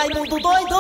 Raimundo doido.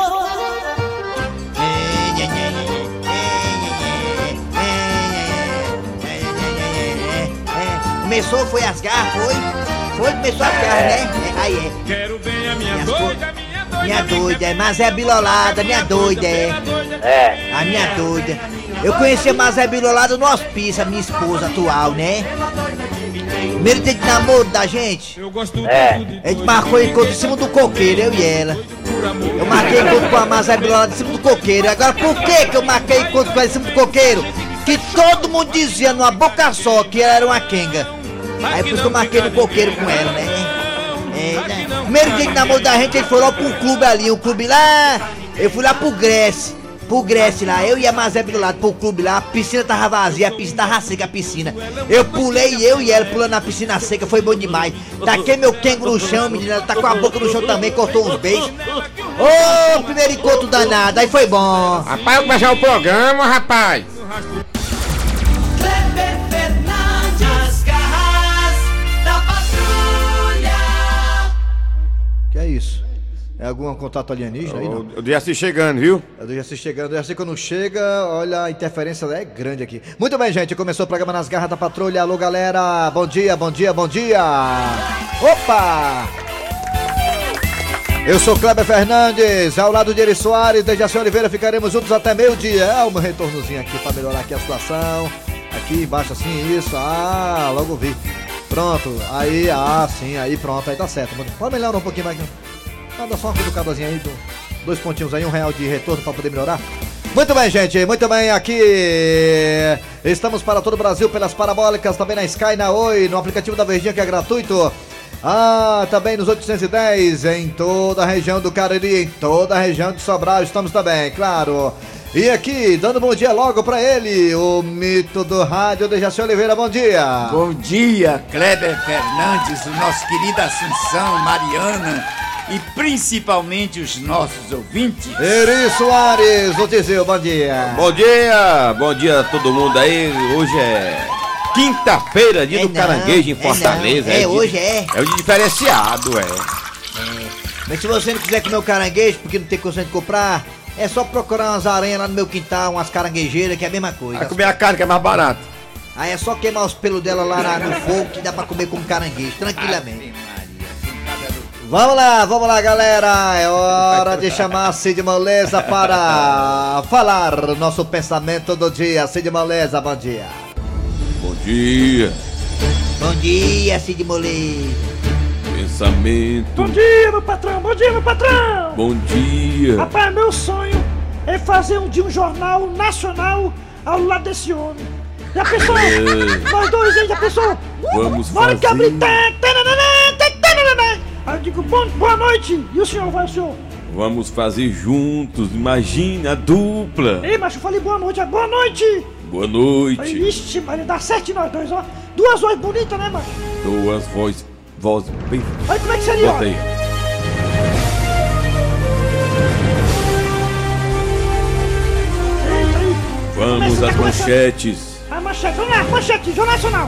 Começou, foi as garras, começou as garras, né? Aí é. Quero bem a minha doida, minha doida, mas é bilolada, minha doida, a minha doida. Eu conheci a Mazé Bilolada no hospício, a minha esposa atual, né? Primeiro dia de namoro da gente, a gente marcou encontro em cima do coqueiro, eu e ela. Eu marquei encontro com a Mazé Bilolada em cima do coqueiro. Agora por que eu marquei encontro com ela em cima do coqueiro? Que todo mundo dizia numa boca só que ela era uma quenga. Aí por isso que eu marquei no coqueiro com ela, né? Primeiro dia de namoro da gente, ele foi lá pro clube ali, um clube lá. Eu fui lá pro Grécia lá, eu e a Mazeb do lado pro clube lá, a piscina tava vazia, a piscina tava seca, a piscina. Eu pulei, eu e ela pulando na piscina seca, foi bom demais. Taquei meu quengo no chão, menina, ela tá com a boca no chão também, cortou uns beijos. Ô, primeiro encontro danado, aí foi bom. Rapaz, eu começar o programa, rapaz. Que é isso? É algum contato alienígena aí, não? O Dejaci chegando, viu? É o Dejaci chegando. O Dejaci quando chega, olha, a interferência é grande aqui. Muito bem, gente, começou o programa Nas Garras da Patrulha. Alô, galera, bom dia, bom dia, bom dia. Opa! Eu sou Kleber Fernandes, ao lado de Eri Soares, Dejaci Oliveira, ficaremos juntos até meio-dia. É um retornozinho aqui pra melhorar aqui a situação. Aqui embaixo assim, isso, logo vi. Pronto, aí, sim, aí pronto, aí tá certo. Pode melhorar um pouquinho mais. Dá só uma cutucadazinha aí, 2 pontinhos aí, R$1 de retorno pra poder melhorar. Muito bem, gente, muito bem, aqui estamos para todo o Brasil pelas parabólicas, também na Sky, na Oi, no aplicativo da Verdinha que é gratuito. Também nos 810, em toda a região do Cariri, em toda a região de Sobral, estamos também, claro. E aqui, dando bom dia logo pra ele, o mito do rádio, Dejaci Oliveira, bom dia. Bom dia, Kleber Fernandes, o nosso querido Assunção, Mariana e principalmente os nossos ouvintes. Eri Soares, o Tizil, bom dia. Bom dia a todo mundo aí, hoje é quinta-feira, dia do caranguejo em Fortaleza. Hoje é. É o dia diferenciado, Mas se você não quiser comer o caranguejo, porque não tem condição de comprar, é só procurar umas aranhas lá no meu quintal, umas caranguejeiras, que é a mesma coisa. Vai comer a carne que é mais barato. Aí é só queimar os pelos dela lá no fogo que dá pra comer como caranguejo, tranquilamente. Vamos lá, galera. É hora de chamar a Cid Moleza para falar nosso pensamento do dia. Cid Moleza, bom dia. Bom dia. Bom dia, Cid Moleza. Pensamento. Bom dia, meu patrão. Bom dia, meu patrão. Bom dia. Rapaz, meu sonho é fazer um dia um jornal nacional ao lado desse homem. Já pensou? Nós dois aí, já pensou? Vamos Na hora que fazer. abrir, aí eu digo, boa noite. E o senhor, vai o senhor? Vamos fazer juntos, imagina a dupla. Ei, macho, eu falei boa noite, boa noite. Boa noite. Aí, ixi, Maria, dá certo nós dois, ó. 2 vozes bonitas, né, macho? 2 vozes bem. Aí como é que seria? Bota aí. Vamos às manchetes. A manchete, vamos lá, manchete, Jornal Nacional.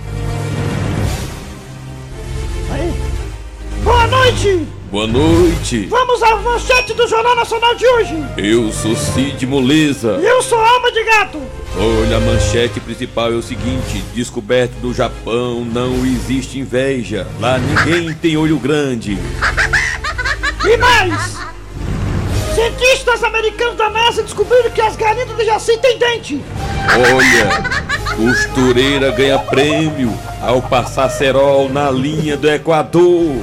Aí. Boa noite. Boa noite. Vamos à manchete do Jornal Nacional de hoje. Eu sou Cid Moleza. Eu sou Alma de Gato. Olha, a manchete principal é o seguinte: descoberto do Japão, não existe inveja. Lá ninguém tem olho grande. E mais, cientistas americanos da NASA descobriram que as galinhas do Dejaci têm dente. Olha, costureira ganha prêmio ao passar cerol na linha do Equador.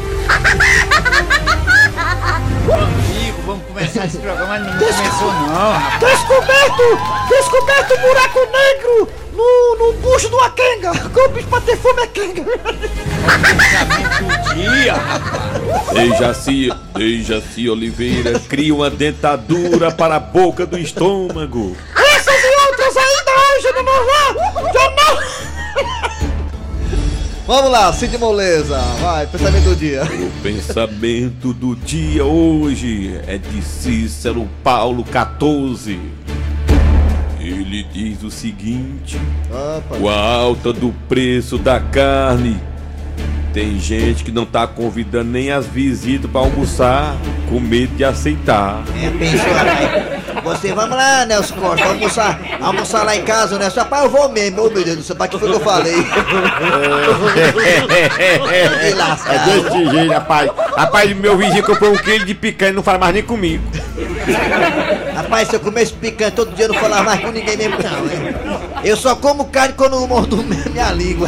Amigo, vamos começar esse programa, não começou não, rapaz. Descoberto um buraco negro no bucho de uma quenga. Como o bicho pra ter fome é quenga. Pensamento do dia, rapaz. Dejaci Oliveira cria uma dentadura para a boca do estômago. Essas e outras ainda hoje no Jornal. Vamos lá, Cid Moleza, vai, pensamento do dia. O pensamento do dia hoje é de Cícero Paulo 14. Ele diz o seguinte: com a alta do preço da carne, Tem gente que não tá convidando nem as visitas pra almoçar, com medo de aceitar. Pensou, rapaz. Você, vamos lá, Nelson Costa, almoçar lá em casa, né? Rapaz, eu vou mesmo, meu Deus do céu, pra que foi que eu falei? Que lascado. É desse jeito, rapaz. Rapaz, meu vizinho comprou 1 quilo de picanha e não fala mais nem comigo. Rapaz, se eu comesse picanha todo dia, eu não falava mais com ninguém mesmo, não, né? Eu só como carne quando eu mordo minha língua.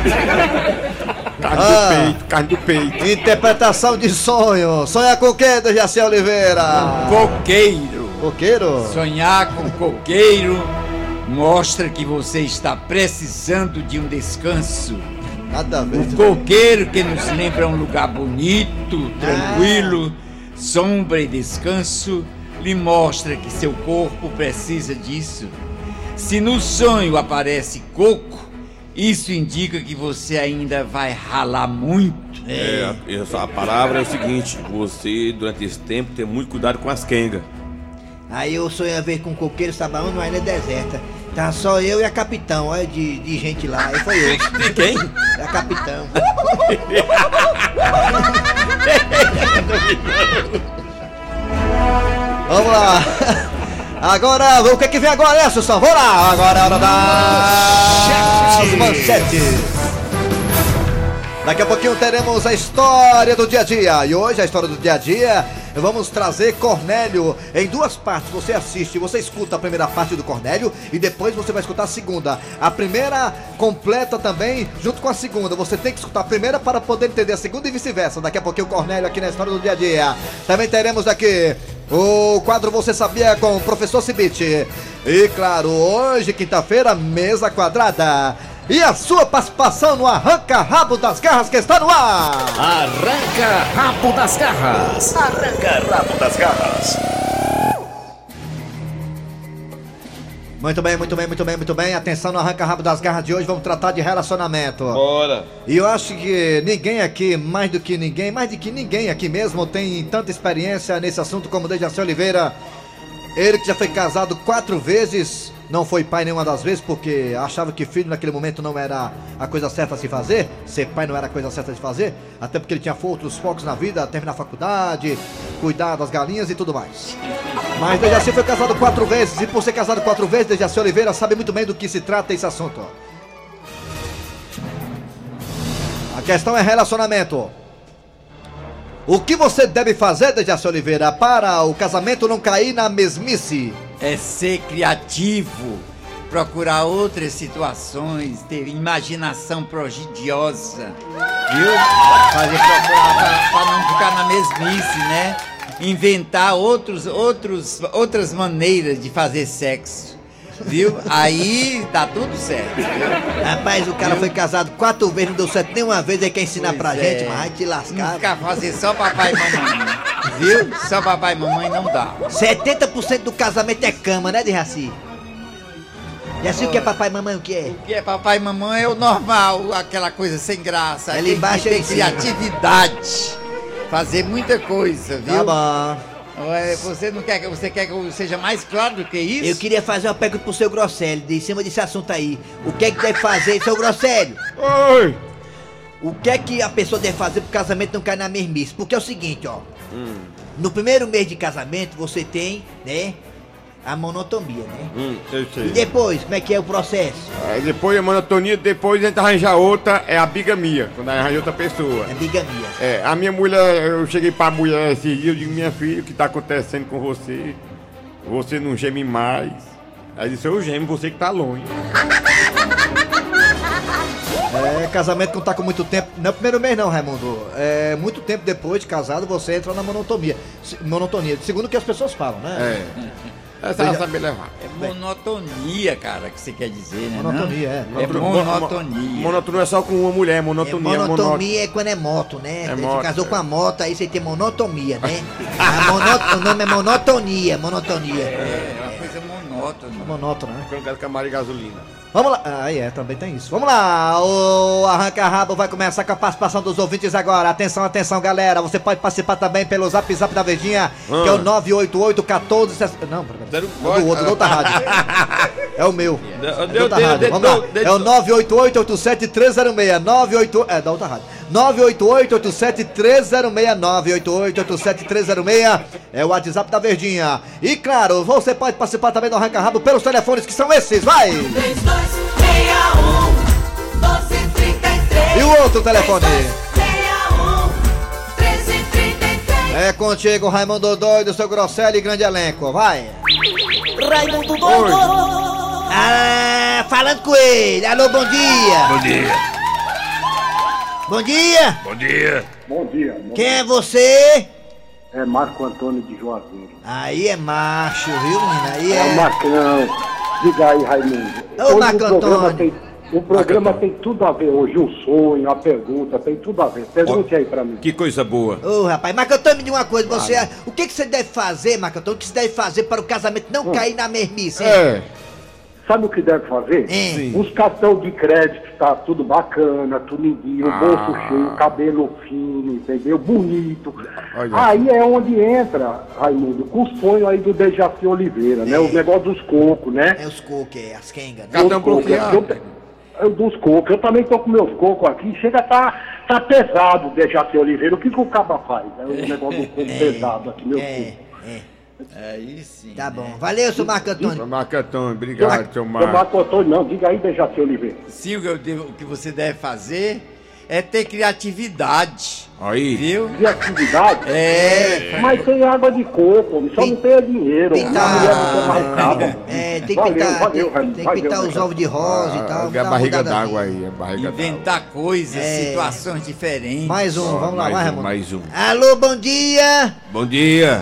Carne do peito. Interpretação de sonho. Sonha com o quê, Dejaci Oliveira? Coqueiro. Coqueiro? Sonhar com coqueiro mostra que você está precisando de um descanso. Nada a ver. O coqueiro que nos lembra um lugar bonito, tranquilo, sombra e descanso, lhe mostra que seu corpo precisa disso. Se no sonho aparece coco, isso indica que você ainda vai ralar muito. A palavra é o seguinte: você, durante esse tempo, tem muito cuidado com as quengas. Aí eu sonhei a ver com um coqueiro, sabão, numa ilha deserta. Tá só eu e a capitão, olha, de gente lá. Aí foi eu. De quem? A capitão. Vamos lá. Agora, o que é que vem agora, né, Sussão? Vamos lá. Agora é a hora das manchetes. Daqui a pouquinho teremos a história do dia a dia. E hoje, a história do dia a dia, vamos trazer Cornélio em 2 partes. Você assiste, você escuta a primeira parte do Cornélio e depois você vai escutar a segunda. A primeira completa também, junto com a segunda. Você tem que escutar a primeira para poder entender a segunda e vice-versa. Daqui a pouquinho o Cornélio aqui na história do dia a dia. Também teremos aqui o quadro Você Sabia com o Professor Cibite. E claro, hoje, quinta-feira, mesa quadrada. E a sua participação no Arranca-Rabo das Garras que está no ar. Arranca-Rabo das Garras. Arranca-Rabo das Garras. Muito bem, muito bem, muito bem, muito bem. Atenção no Arranca-Rabo das Garras de hoje, vamos tratar de relacionamento. Bora! E eu acho que ninguém aqui, mais do que ninguém aqui mesmo tem tanta experiência nesse assunto como Dejaci Oliveira. Ele que já foi casado 4 vezes, não foi pai nenhuma das vezes, porque achava que filho naquele momento não era a coisa certa a se fazer. Ser pai não era a coisa certa de fazer, até porque ele tinha outros focos na vida, terminar a faculdade, cuidar das galinhas e tudo mais. Mas Dejaci foi casado 4 vezes, e por ser casado 4 vezes, Dejaci Oliveira sabe muito bem do que se trata esse assunto. A questão é relacionamento. O que você deve fazer, Dejaci Oliveira, para o casamento não cair na mesmice? É ser criativo, procurar outras situações, ter imaginação prodigiosa, viu? Procurar para não ficar na mesmice, né? Inventar outras maneiras de fazer sexo, viu? Aí tá tudo certo, viu? Rapaz, o cara foi casado 4 vezes, não deu certo nenhuma vez, aí quer ensinar pra gente, mas vai te Não lascar. ficar fazer só papai e mamãe, viu? Só papai e mamãe não dá. 70% do casamento é cama, né, Dejaci? Dejaci, o que é papai e mamãe, o que é? O que é papai e mamãe é o normal, aquela coisa sem graça. Ali Tem que embaixo ter é em cima. criatividade, fazer muita coisa, viu? Tá bom. Ué, você quer que eu seja mais claro do que isso? Eu queria fazer uma pergunta pro seu Grosselio, de cima desse assunto aí. O que é que deve fazer, seu Grosselio? Oi! O que é que a pessoa deve fazer pro casamento não cair na mesmice? Porque é o seguinte, ó. No primeiro mês de casamento, você tem, né, a monotonia, né? Eu E sei. depois, como é que é o processo? Aí depois a monotonia, depois a gente arranjar outra, é a bigamia, quando arranja outra pessoa. É bigamia. É, a minha mulher, eu cheguei pra mulher esses dias, eu digo, minha filha, o que tá acontecendo com você? Você não geme mais. Aí disse, eu gemo, você que tá longe. É, casamento não tá com muito tempo. Não é o primeiro mês não, Raimundo. É muito tempo depois de casado, você entra na monotonia. Segundo o que as pessoas falam, né? Essa ela sabe levar. É monotonia, cara, que você quer dizer, né? Monotonia, não? É monotonia. Monotonia é só com uma mulher, monotonia. Monotonia é quando é moto, né? É Você moto, casou é. com a moto, aí você tem monotonia, né? O nome é monotonia. É uma coisa monótona. Monótono, né? Quando quero camar de gasolina. Vamos lá. Ah, também tem isso. Vamos lá. O Arranca-Rabo vai começar com a participação dos ouvintes agora. Atenção, atenção, galera. Você pode participar também pelo Zap da Verdinha, que é o 988 14 Não, é do outra rádio. É o meu. É da outra rádio. Vamos lá. É o 988 87 306. 98. É da outra rádio. 988-87306, 988-87306 é o WhatsApp da Verdinha. E claro, você pode participar também do Arranca Rabo pelos telefones que são esses, vai! 3261-1233. E o outro telefone? 3261-1333. É contigo, Raimundo Doido, seu Grosselio e grande elenco, vai! Raimundo Doido. Ah, falando com ele. Alô, bom dia. Bom dia. Bom dia. Bom dia. Bom dia. Quem é você? É Marco Antônio de Juazeiro. Aí é macho, viu, menina? Aí É o é... Marcão. Diga aí, Raimundo. Ô, Hoje Marco Antônio. O programa tem tudo a ver hoje. Um sonho, a pergunta, tem tudo a ver. Pergunte aí pra mim. Que coisa boa. Ô, rapaz, Marco Antônio, me diga uma coisa. Você, o que você deve fazer, Marco Antônio? O que você deve fazer para o casamento não cair na mermice, hein? É. Sabe o que deve fazer? Sim. Os cartão de crédito tá tudo bacana, tudo lindinho, bolso cheio, cabelo fino, entendeu? Bonito. Olha. Aí é onde entra, Raimundo, com o sonho aí do Dejaci Oliveira, né? O negócio dos cocos, né? É os cocos, é as quengas, né? Cartão Dos cocos. bloqueado. Dos cocos. Eu também tô com meus cocos aqui, chega tá pesado o Dejaci Oliveira. O que o caba faz? É o negócio do coco pesado aqui, meus cocos. Aí sim. Tá bom. Valeu, seu Marco Antônio. Marco Antônio, obrigado, seu Seu Marco. Marco Antônio, não, diga aí, Dejaci Oliveira. Sim, o que você deve fazer é ter criatividade. Aí. Viu? Criatividade? Mas tem água de coco, homem, só não tem dinheiro. Pintar. A mulher não quer mais cabo. É, tem que Valeu, pintar, valeu, tem Raimundo, que valeu, pintar os Dejaci. ovos de rosa e tal. É a dá uma barriga mudada d'água assim. aí, a barriga d'água. Inventar coisas, É. situações diferentes. Mais um, vamos lá, vai, Raimundo. Mais um. Alô, bom dia. Bom dia.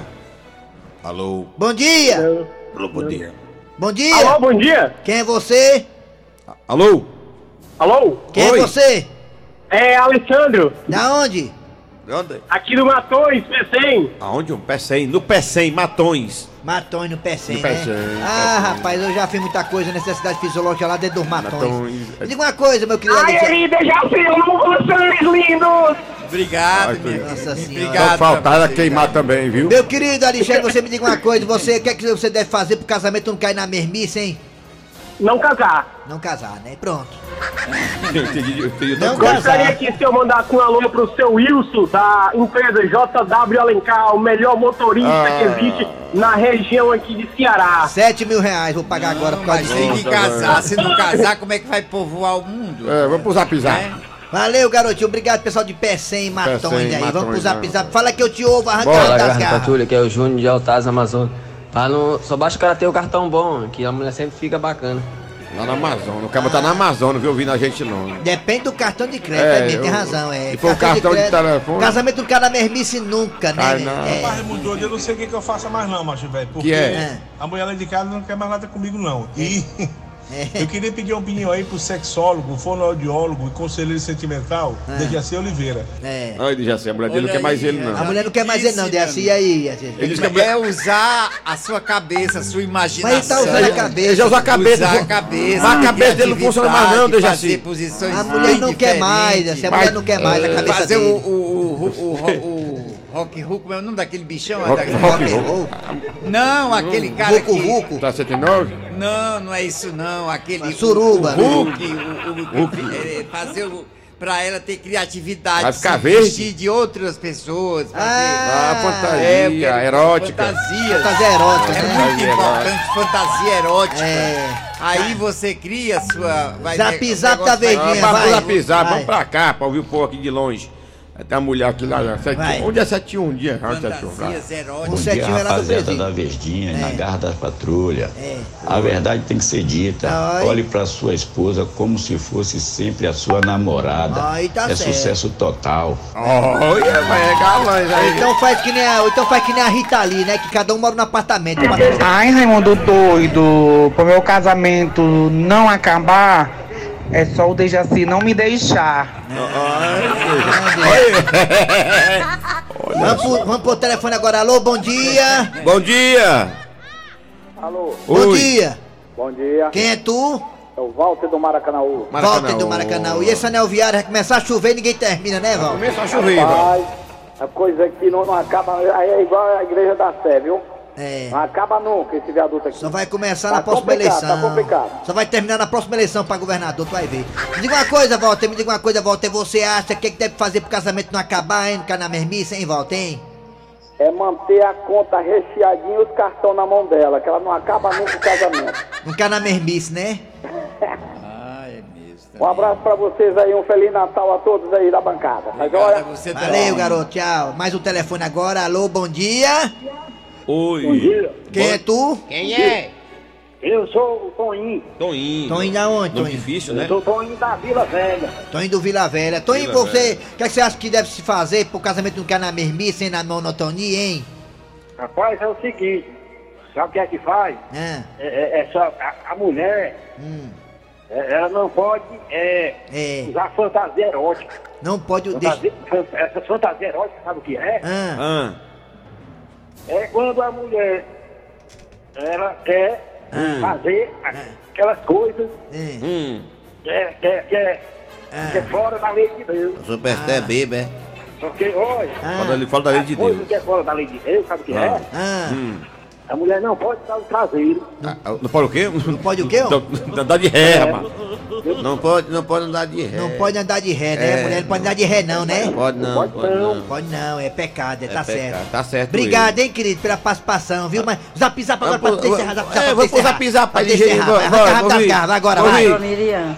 Alô. Bom dia. Alô, bom dia. Bom dia. bom dia. Quem é você? Alô. Alô? Quem Oi. é você? É Alexandre, Da onde? De onde? aqui do Matões, Pecém. Aonde? Um Pecém. No Pecém, Matões. Matões no Pecém, No né? Pecém, Ah, Pecém. rapaz, eu já fiz muita coisa, necessidade fisiológica lá dentro dos Matões. Matões. Me diga uma coisa, meu querido Alexandre. Dejaci, eu não vocês lindos. Obrigado, Ai, minha Nossa querida. Senhora. Obrigado. Só faltava pra você, queimar cara. também, viu? Meu querido Alexandre, você me diga uma coisa, você, o que é que você deve fazer pro casamento não cair na mermice, hein? Não casar. Não casar, né? Pronto. Eu entendi outra Não coisa. casar. que se eu mandasse um alô pro seu Wilson, da empresa JW Alencar, o melhor motorista que existe na região aqui de Ceará. 7 mil reais, vou pagar agora por causa Mas disso. tem que casar. Se não casar, como é que vai povoar o mundo? É, vamos pro Zap Zap. É? Valeu, garotinho. Obrigado, pessoal de Pecém, Matões Pecém, aí. Vamos pro Matões, Zap né? Zap. Fala que eu te ouvo, Bora, arrancando das Garra garras. Patrulha, que é o Júnior de Altaz, Amazonas. Só basta o cara ter o cartão bom, que a mulher sempre fica bacana. Lá na Amazônia. O cara tá na Amazônia, viu? Ouvindo a gente não. Depende do cartão de crédito, É, também, tem eu- razão, é. se for o cartão de telefone- Casamento do cara na mermice nunca, né? Ai, né? não. É. Raimundo, eu não sei o que eu faço mais não, macho, velho. Porque Que é? a mulher lá de casa não quer mais nada comigo, não. E eu queria pedir uma opinião aí pro sexólogo, fonoaudiólogo e conselheiro sentimental, Dejaci Oliveira. É. Ai, já sei, a mulher dele não quer mais ele, não. A mulher não quer mais ele, não, Deaci. E aí? Ele diz que a mulher... É usar a sua cabeça, a sua imaginação. Mas ele tá usando a cabeça. Ele já usa a cabeça. Usar a cabeça. Mas a cabeça dele não funciona mais, não, criatividade, Dejaci. fazer posições A mulher não bem quer mais, diferentes. a mulher não quer mais a cabeça Fazer dele. o Rock Ru, como é o nome daquele bichão? Rock Ru. Não, aquele cara Vucu, que... Vucu. Tá 109? Não é isso não, aquele... Suruba, o Hulk, fazer pra ela ter criatividade, Vai ficar se verde? vestir de outras pessoas, fazer... Ah, fantasia, eu quero erótica. Fantasia. Fantasia erótica, É né? muito Fantasia importante, fantasia erótica. É. Aí você cria a sua... Zap o Zap negócio da vai- Verdinha, Vamos vai. lá pisar, vai. vamos pra cá, pra ouvir o povo aqui de longe. Tem uma mulher aqui lá, Vai. onde é 71 dia? Onde é 71? Fantasias O eróticas. setinho é lá do presídio. da Verdinha, na Garra da Patrulha. É. A verdade tem que ser dita. Ai. Olhe para sua esposa como se fosse sempre a sua namorada. Ai, tá é certo. sucesso total. Olha, vai, é galãs aí. Então faz que nem a Rita Lee, né? Que cada um mora no apartamento. Ai, Raimundo doido, pro meu casamento não acabar, é só o Dejaci não me deixar. Vamos pro telefone agora. Alô, bom dia. Bom dia. Alô, Bom Oi. dia. bom dia. Quem é tu? É o Walter do Maracanãú. Walter do Maracanã. E esse anel viário vai começar a chover e ninguém termina, né, Walter? Começa a chover, vai. Rapaz, a coisa aqui não acaba, aí é igual a igreja da Sé, viu? É. Não acaba nunca esse viaduto aqui. Só vai começar na próxima eleição. Tá complicado. Só vai terminar na próxima eleição pra governador, tu vai ver. Me diga uma coisa, Walter, você acha que deve fazer pro casamento não acabar, hein? Ficar na mermice, hein, Walter, hein? É manter a conta recheadinha e os cartões na mão dela, que ela não acaba nunca o casamento. Não ficar na mermice, né? Um abraço pra vocês aí, um Feliz Natal a todos aí da bancada. Valeu, garoto, tchau. Mais um telefone agora, alô, bom dia. Oi. Bom dia. Quem é tu? Quem é? Eu sou o Toninho. Toninho da onde, Nome Toninho? difícil, Eu né? sou o Toninho da Vila Velha. Toninho do Vila Velha. Toninho, Vila você, Velha. o que você acha que deve se fazer pro casamento não ficar na mermice, hein, na monotonia, hein? Rapaz, é o seguinte, sabe o que é que faz? É só a mulher, ela não pode usar fantasia erótica. Não pode... Essa fantasia erótica, sabe o que é? É quando a mulher, ela quer fazer aquelas coisas que é fora da lei de Deus. Você percebe, é? Porque, olha, Fala da lei de Deus. coisa que é fora da lei de Deus, sabe o que é? A mulher não pode dar o traseiro. Não pode o quê? Não pode o quê? Andar de ré, rapaz. Não pode andar de ré. Não pode andar de ré, né? Mulher não pode andar de ré não, né? Pode não. Pode não, é pecado, tá certo. Tá certo. Obrigado, hein, querido, pela participação, viu? Mas zap agora pra te encerrar, vou pro zap pra encerrar. Agora, vai. Miriam.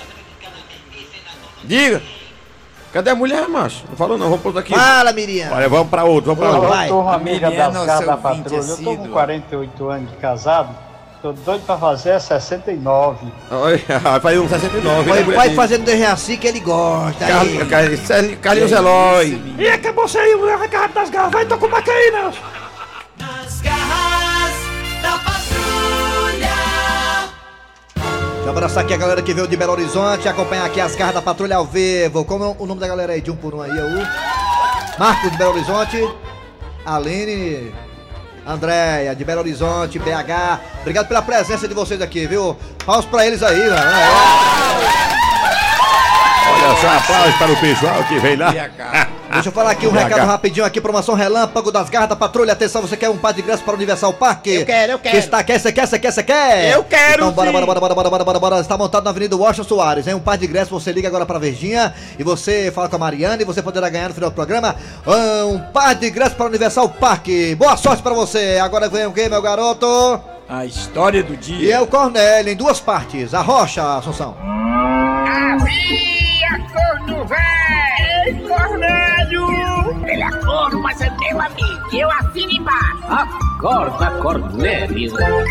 Diga. Cadê a mulher, macho? Não falou não, vamos pôr aqui. Fala, Miriam. Olha, vamos pra outro, vai. Eu sou Ramírez Miriam, das Garras da nosso ouvinte Patrulha. Eu tô com assíduo. 48 anos de casado. Tô doido pra fazer 69. Olha, faz um 69. Vai fazendo de assim que ele gosta. Carlinhos Eloy. E acabou saindo o recado das garras. Vai, tô com uma caína. Nas garras da patrulha. Deixa eu abraçar aqui a galera que veio de Belo Horizonte, acompanhar aqui as garras da patrulha ao vivo. Como é o nome da galera aí? De um por um aí, é o Marcos de Belo Horizonte, Aline, Andréia de Belo Horizonte, BH. Obrigado pela presença de vocês aqui, viu? Paus pra eles aí, né? Olha só, aplausos para o pessoal que veio lá. Deixa eu falar aqui um recado rapidinho aqui, promoção Relâmpago das Garras da Patrulha. Atenção, você quer um par de ingresso para o Universal Park? Eu quero. Quer? Você quer? Eu quero, Então bora. Está montado na Avenida Washington Soares, hein? Um par de ingressos, você liga agora pra Verdinha e você fala com a Mariana e você poderá ganhar no final do programa um par de ingressos para o Universal Park. Boa sorte pra você. Agora vem o quê, meu garoto? A história do E dia. é o Cornélio, em duas partes. A Rocha, Assunção. Havia corno velho! Ei, Cornélio! Ele é corno, mas é meu amigo. Eu assino embaixo. Acorda, Cornélio.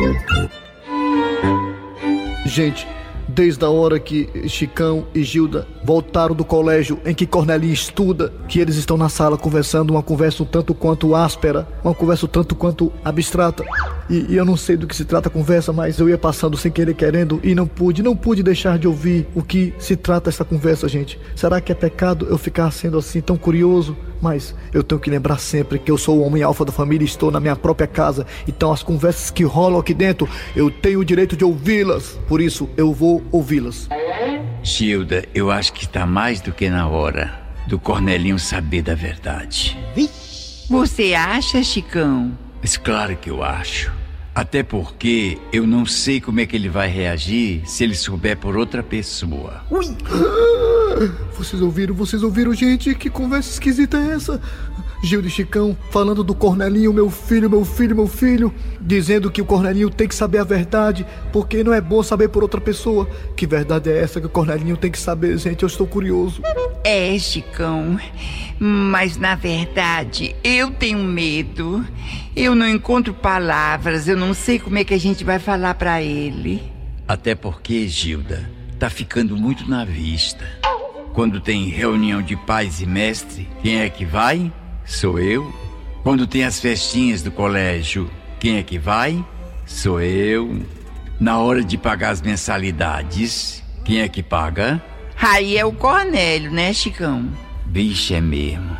Gente, desde a hora que Chicão e Gilda voltaram do colégio em que Cornelinho estuda, que eles estão na sala conversando, uma conversa um tanto quanto áspera, uma conversa um tanto quanto abstrata. E eu não sei do que se trata a conversa, mas eu ia passando sem querer querendo e não pude deixar de ouvir o que se trata essa conversa, gente. Será que é pecado eu ficar sendo assim tão curioso? Mas eu tenho que lembrar sempre que eu sou o homem alfa da família e estou na minha própria casa. Então as conversas que rolam aqui dentro, eu tenho o direito de ouvi-las. Por isso eu vou ouvi-las. Gilda, eu acho que está mais do que na hora do Cornelinho saber da verdade. Você acha, Chicão? Mas claro que eu acho. Até porque eu não sei como é que ele vai reagir se ele souber por outra pessoa. Ui! Vocês ouviram, gente? Que conversa esquisita é essa? Gilda e Chicão falando do Cornelinho, meu filho, dizendo que o Cornelinho tem que saber a verdade, porque não é bom saber por outra pessoa. Que verdade é essa que o Cornelinho tem que saber, gente? Eu estou curioso. É, Chicão, mas na verdade eu tenho medo. Eu não encontro palavras, eu não sei como é que a gente vai falar pra ele. Até porque, Gilda, tá ficando muito na vista. Quando tem reunião de pais e mestre, quem é que vai? Sou eu. Quando tem as festinhas do colégio, quem é que vai? Sou eu. Na hora de pagar as mensalidades, quem é que paga? Aí é o Cornélio, né, Chicão? Bicho, é mesmo.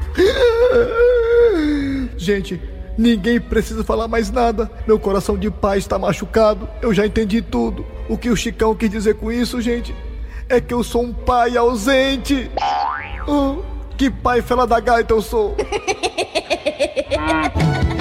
Gente, ninguém precisa falar mais nada. Meu coração de pai está machucado. Eu já entendi tudo. O que o Chicão quis dizer com isso, gente, é que eu sou um pai ausente. Que pai fela da gaita eu sou. Ele é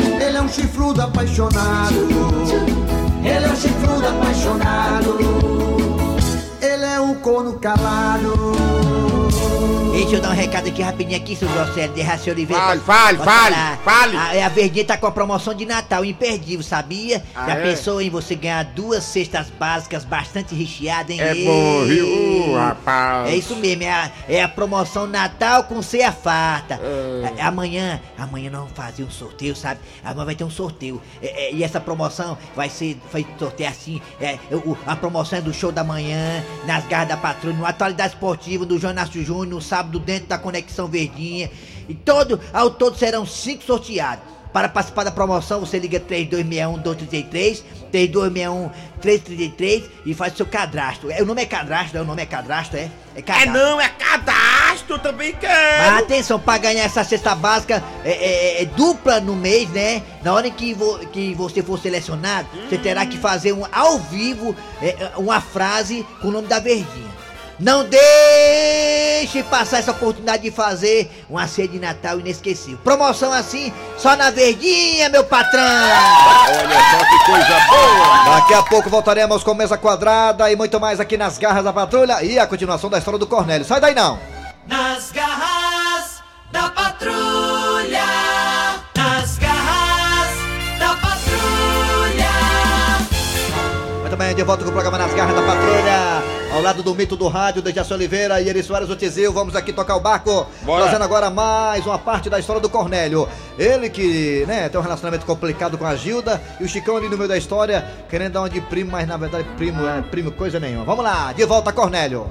um chifrudo apaixonado. Ele é um chifrudo apaixonado. Ele é um corno calado. Deixa eu dar um recado aqui rapidinho aqui, seu Grosselio, de Raci Oliveira. Fale. A Verdinha tá com a promoção de Natal imperdível, sabia? Já pensou em você ganhar 2 cestas básicas bastante recheadas, hein? É bom, viu, rapaz? É isso mesmo, é a promoção Natal com ceia farta. Amanhã nós vamos fazer um sorteio, sabe? Amanhã vai ter um sorteio. E essa promoção vai sorteio assim. A promoção é do show da manhã, nas garras da patrulha, no Atualidade Esportiva, do João Inácio Júnior, no sábado dentro da Conexão Verdinha. E ao todo serão 5 sorteados. Para participar da promoção, você liga 3261-233, 3261-333 e faz seu cadastro. O nome é cadastro, é cadastro. É cadastro, também quero. Mas atenção, para ganhar essa cesta básica dupla no mês, né? Na hora em que você for selecionado, você terá que fazer ao vivo uma frase com o nome da Verdinha. Não deixe passar essa oportunidade de fazer uma ceia de Natal inesquecível. Promoção assim, só na Verdinha, meu patrão! Olha só que coisa boa! Daqui a pouco voltaremos com Mesa Quadrada e muito mais aqui nas Garras da Patrulha e a continuação da história do Cornélio. Sai daí não! Nas Garras da Patrulha! Nas Garras da Patrulha! Muito bem, de volta com o programa Nas Garras da Patrulha. Ao lado do mito do rádio, Dejaci Oliveira e Eri Soares, o Tizil, vamos aqui tocar o barco. Bora. Trazendo agora mais uma parte da história do Cornélio. Ele que, tem um relacionamento complicado com a Gilda e o Chicão ali no meio da história, querendo dar uma de primo, mas na verdade primo coisa nenhuma. Vamos lá, de volta, Cornélio.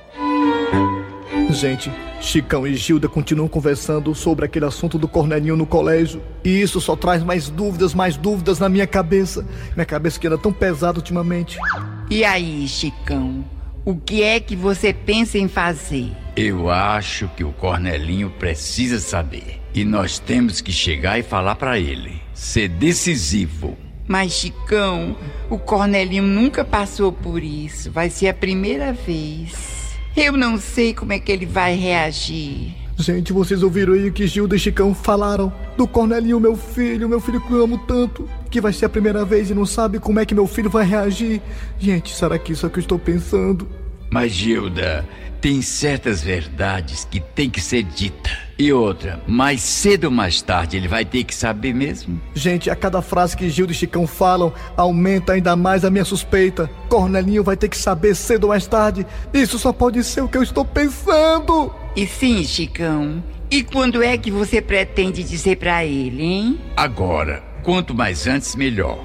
Gente, Chicão e Gilda continuam conversando sobre aquele assunto do Cornelinho no colégio. E isso só traz mais dúvidas na minha cabeça. Minha cabeça que anda tão pesada ultimamente. E aí, Chicão? O que é que você pensa em fazer? Eu acho que o Cornelinho precisa saber. E nós temos que chegar e falar pra ele. Ser decisivo. Mas, Chicão, o Cornelinho nunca passou por isso. Vai ser a primeira vez. Eu não sei como é que ele vai reagir. Gente, vocês ouviram aí o que Gilda e Chicão falaram do Cornelinho, meu filho que eu amo tanto, que vai ser a primeira vez e não sabe como é que meu filho vai reagir. Gente, será que isso é o que eu estou pensando? Mas, Gilda, tem certas verdades que tem que ser dita. E outra, mais cedo ou mais tarde ele vai ter que saber mesmo. Gente, a cada frase que Gilda e Chicão falam, aumenta ainda mais a minha suspeita. Cornelinho vai ter que saber cedo ou mais tarde. Isso só pode ser o que eu estou pensando. E sim, Chicão. E quando é que você pretende dizer pra ele, hein? Agora. Quanto mais antes, melhor.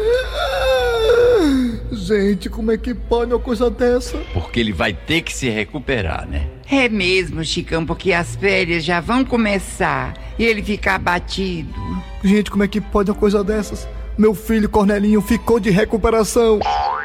Gente, como é que pode uma coisa dessa? Porque ele vai ter que se recuperar, né? É mesmo, Chicão, porque as férias já vão começar e ele fica abatido. Gente, como é que pode uma coisa dessas? Meu filho Cornelinho ficou de recuperação.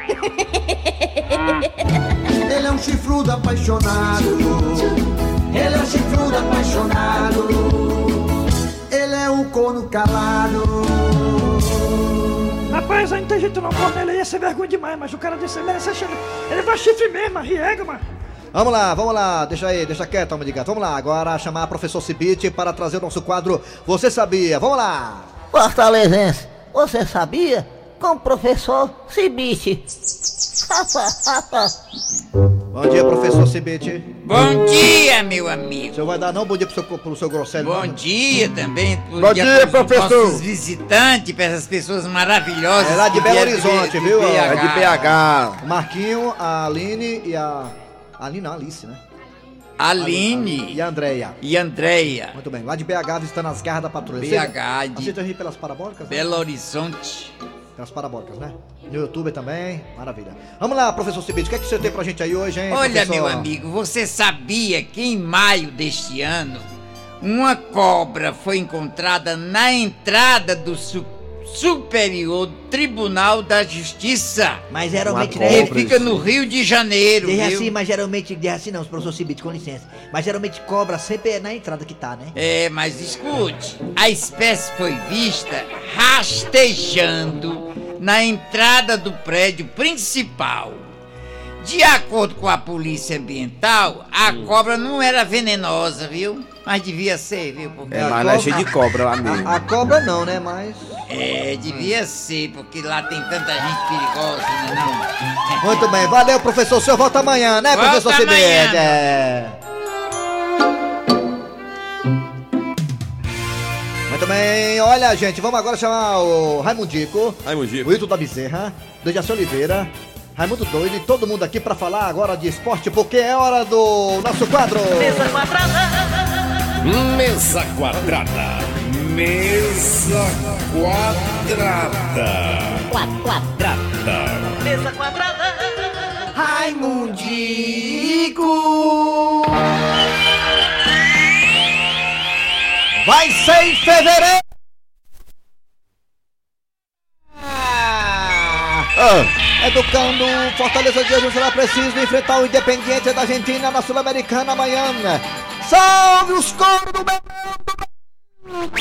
Ele é um chifrudo apaixonado. Ele é um chifrudo apaixonado. Ele é um corno calado. Rapaz, aí não tem jeito não, Cornélio ia ser vergonha demais, mas o cara desse merece ser. Ele vai chifre mesmo, riega, mano. Vamos lá, deixa quieto, alma de gato. Vamos lá, agora chamar a professor Cibite para trazer o nosso quadro Você Sabia? Vamos lá! Fortalezense, você sabia? Com o professor Cibite. Bom dia, professor Cibite. Bom dia, meu amigo. O senhor vai dar não bom dia pro seu Grosselio? Bom dia também. Bom dia, professor. Nossos visitantes, para essas pessoas maravilhosas. É lá de Belo Horizonte, viu? É de BH. O Marquinho, a Aline e a... Aline não, a Alice, né? Aline. E a Andréia. Muito bem, lá de BH visitando as garras da patrulha. BH de... Você tá aí pelas parabólicas? Belo Horizonte. Pelas parabólicas, né? No YouTube também, maravilha. Vamos lá, professor Cibite, o que é que você tem pra gente aí hoje, hein? Olha, professor? meu amigo, você sabia que em maio deste ano, uma cobra foi encontrada na entrada do Superior Tribunal da Justiça? Mas geralmente, Ele fica no Rio de Janeiro, viu? Assim, mas geralmente, assim não, professor Cibite, com licença. Mas geralmente cobra sempre é na entrada que tá, né? É, mas escute, a espécie foi vista rastejando na entrada do prédio principal. De acordo com a polícia ambiental, a cobra não era venenosa, viu? Mas devia ser, viu? Porque Mas lá é cheio de cobra lá mesmo. A cobra não, né? Mas. Devia ser, porque lá tem tanta gente perigosa, né? Não. Muito bem, valeu, professor. O senhor volta amanhã, né, Volta professor amanhã. Cibete? Muito bem, olha, gente, vamos agora chamar o Raimundico, o Hilton da Bezerra, Dejaci Oliveira, Raimundo Doido e todo mundo aqui pra falar agora de esporte, porque é hora do nosso quadro. Mesa quadrada. Mesa quadrada. Mesa quadrada. Quadrada. Mesa quadrada. Raimundico. Vai ser em fevereiro. Educando, Fortaleza de hoje será preciso enfrentar o Independiente da Argentina na Sul-Americana amanhã. Salve os coros do meu mundo!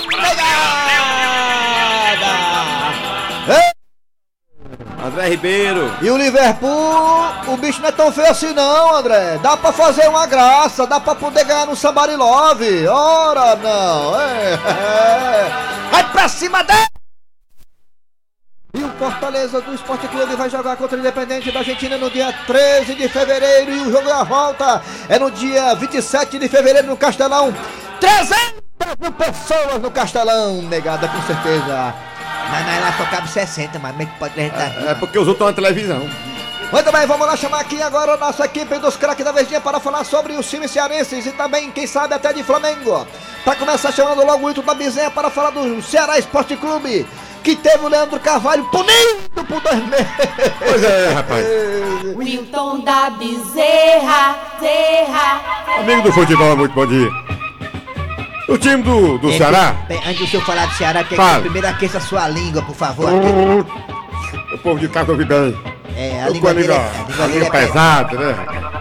André Ribeiro. E o Liverpool, o bicho não é tão feio assim não, André. Dá pra fazer uma graça, dá pra poder ganhar no Somebody Love. Ora não, Vai pra cima dele! E o Fortaleza do Esporte Clube vai jogar contra o Independente da Argentina no dia 13 de fevereiro. E o jogo da volta é no dia 27 de fevereiro no Castelão. 300 mil pessoas no Castelão, negada, com certeza. Mas lá só cabe 60, mas como é que pode estar aqui? É porque os outros estão na televisão. Muito bem, vamos lá chamar aqui agora a nossa equipe dos craques da Verdinha para falar sobre os times cearenses e também, quem sabe, até de Flamengo. Para começar, chamando logo o Hilton da Bezerra para falar do Ceará Esporte Clube, que teve o Leandro Carvalho punido por 2 meses. Pois é, rapaz. Hilton da Bezerra, Amigo do futebol, muito bom dia. O time do Ceará... Antes do senhor falar do Ceará, quer que eu primeiro aqueça a sua língua, por favor. O povo de casa ouve bem. A língua dele é pesada, né?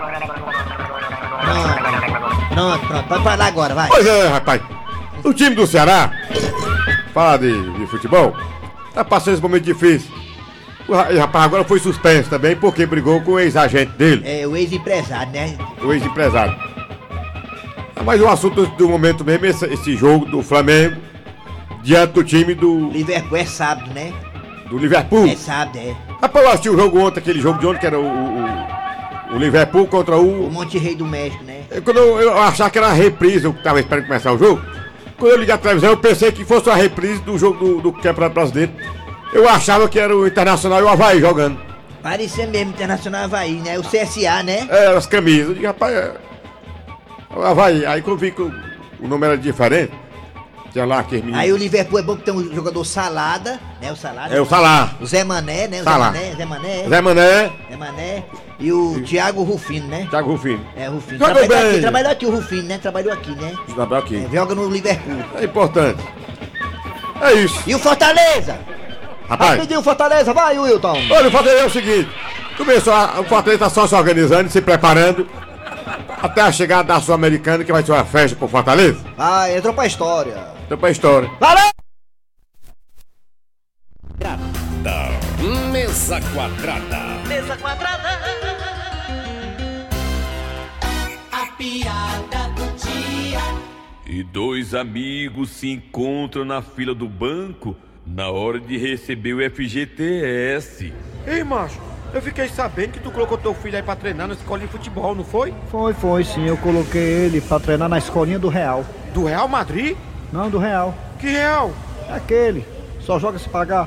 Pronto, pode falar agora, vai. Pois é, rapaz. O time do Ceará, falar de futebol, tá passando esse momento difícil. E, rapaz, agora foi suspenso também porque brigou com o ex-agente dele. O ex-empresário, né? O ex-empresário. Mas o assunto do momento mesmo é esse jogo do Flamengo diante do time do... Liverpool é sábado, né? Do Liverpool? É sábado, Rapaz, eu assisti o jogo ontem, aquele jogo de ontem que era o Liverpool contra o Monterrey do México, né? Quando eu achava que era uma reprise, eu tava esperando começar o jogo. Quando eu liguei a televisão, eu pensei que fosse uma reprise do jogo do Campeonato Brasileiro. Eu achava que era o Internacional e o Avaí jogando. Parecia mesmo Internacional e Avaí, né? O CSA, né? As camisas. Eu digo, rapaz, o Avaí. Aí quando vi que o número era diferente, tinha lá aqueles meninos. Aí o Liverpool é bom que tem um jogador Salada, né? O Salada. É o Salá. O Zé Mané, né? O Salá. Zé Mané. Zé Mané. E o Thiago Rufino, né? Thiago Rufino. Rufino. Trabalhou aqui o Rufino, né? Trabalhou aqui, né? Trabalhou aqui. Joga no Liverpool. É importante. É isso. E o Fortaleza? Rapaz. Rapidinho, Fortaleza, vai, Wilton. Olha, o Fortaleza é o seguinte. O Fortaleza tá só se organizando, se preparando até a chegada da Sul-Americana, que vai ser uma festa pro Fortaleza. Ah, entrou pra história. Valeu! Mesa quadrada. Mesa quadrada. A piada do dia. E 2 amigos se encontram na fila do banco na hora de receber o FGTS. Ei, macho, eu fiquei sabendo que tu colocou teu filho aí pra treinar na escolinha de futebol, não foi? Foi sim, eu coloquei ele pra treinar na escolinha do Real. Do Real Madrid? Não, do Real. Que Real? Aquele, só joga se pagar.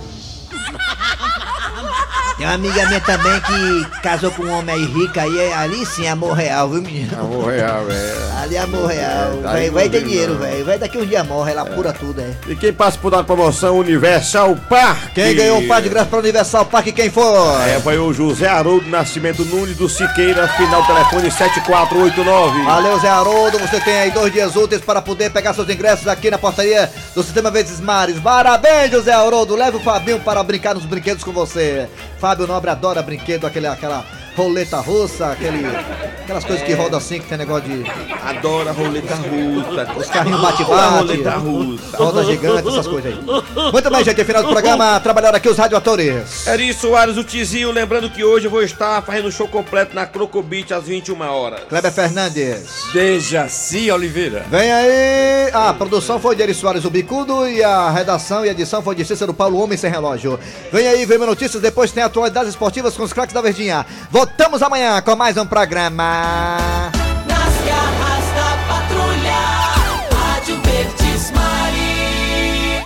Tem uma amiga minha também que casou com um homem aí rico aí, ali sim é amor real, viu, menino? Amor real, velho. Ali é amor real. Vai ter dinheiro, velho. Vai daqui um dia morre, ela pura tudo, E quem passa por dar promoção Universal Park? Quem ganhou um par de graça para Universal Park, quem foi? Foi o José Haroldo Nascimento Nunes do Siqueira, final telefone 7489. Valeu, Zé Haroldo, você tem aí 2 dias úteis para poder pegar seus ingressos aqui na portaria do Sistema Verdes Mares. Parabéns, José Haroldo, leve o Fabinho para brincar nos brinquedos com você. Fábio Nobre adora brinquedo, aquela roleta russa, aquelas coisas que rodam assim, que tem negócio de... Adora roleta russa. Os carrinhos bate-bate, roleta russa. roda gigante, essas coisas aí. Muito bem, gente, final do programa, trabalharam aqui os radioatores. Eri Soares, o Tizinho, lembrando que hoje eu vou estar fazendo show completo na Crocobit às 21 horas. Kleber Fernandes. Dejaci Oliveira. Vem aí, a produção foi de Eri Soares, o Bicudo, e a redação e edição foi de Cícero Paulo, Homem Sem Relógio. Vem aí, vem notícias, depois tem atualidades esportivas com os craques da Verdinha. Voltamos amanhã com mais um programa.